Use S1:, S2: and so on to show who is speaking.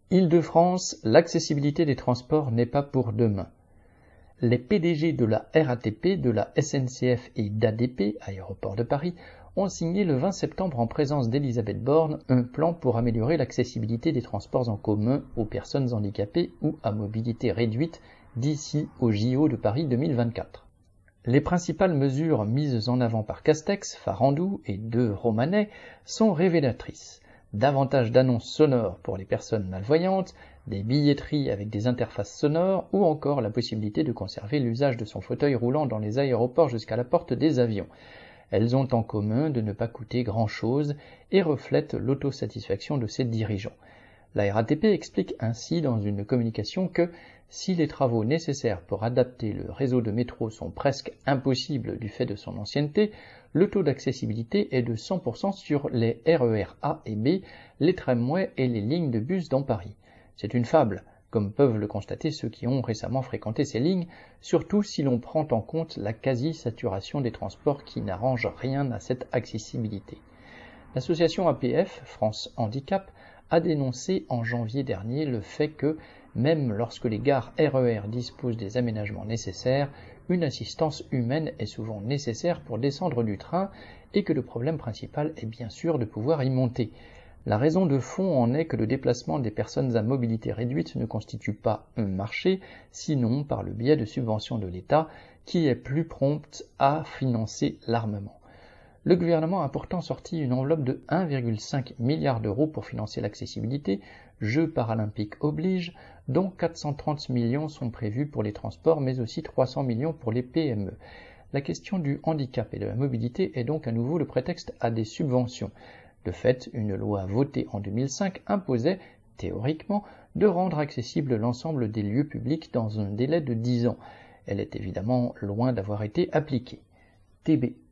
S1: Île-de-France, l'accessibilité des transports n'est pas pour demain. Les PDG de la RATP, de la SNCF et d'ADP, Aéroports de Paris, ont signé le 20 septembre en présence d'Elisabeth Borne un plan pour améliorer l'accessibilité des transports en commun aux personnes handicapées ou à mobilité réduite d'ici au JO de Paris 2024. Les principales mesures mises en avant par Castex, Farandou et De Romanet sont révélatrices. Davantage d'annonces sonores pour les personnes malvoyantes, des billetteries avec des interfaces sonores ou encore la possibilité de conserver l'usage de son fauteuil roulant dans les aéroports jusqu'à la porte des avions. Elles ont en commun de ne pas coûter grand-chose et reflètent l'autosatisfaction de ses dirigeants. La RATP explique ainsi dans une communication que si les travaux nécessaires pour adapter le réseau de métro sont presque impossibles du fait de son ancienneté, le taux d'accessibilité est de 100% sur les RER A et B, les tramways et les lignes de bus dans Paris. C'est une fable, comme peuvent le constater ceux qui ont récemment fréquenté ces lignes, surtout si l'on prend en compte la quasi-saturation des transports qui n'arrange rien à cette accessibilité. L'association APF, France Handicap, a dénoncé en janvier dernier le fait que, même lorsque les gares RER disposent des aménagements nécessaires, une assistance humaine est souvent nécessaire pour descendre du train et que le problème principal est bien sûr de pouvoir y monter. La raison de fond en est que le déplacement des personnes à mobilité réduite ne constitue pas un marché, sinon par le biais de subventions de l'État, qui est plus prompte à financer l'armement. Le gouvernement a pourtant sorti une enveloppe de 1,5 milliard d'euros pour financer l'accessibilité, Jeux paralympiques oblige, dont 430 millions sont prévus pour les transports, mais aussi 300 millions pour les PME. La question du handicap et de la mobilité est donc à nouveau le prétexte à des subventions. De fait, une loi votée en 2005 imposait, théoriquement, de rendre accessible l'ensemble des lieux publics dans un délai de 10 ans. Elle est évidemment loin d'avoir été appliquée. TB.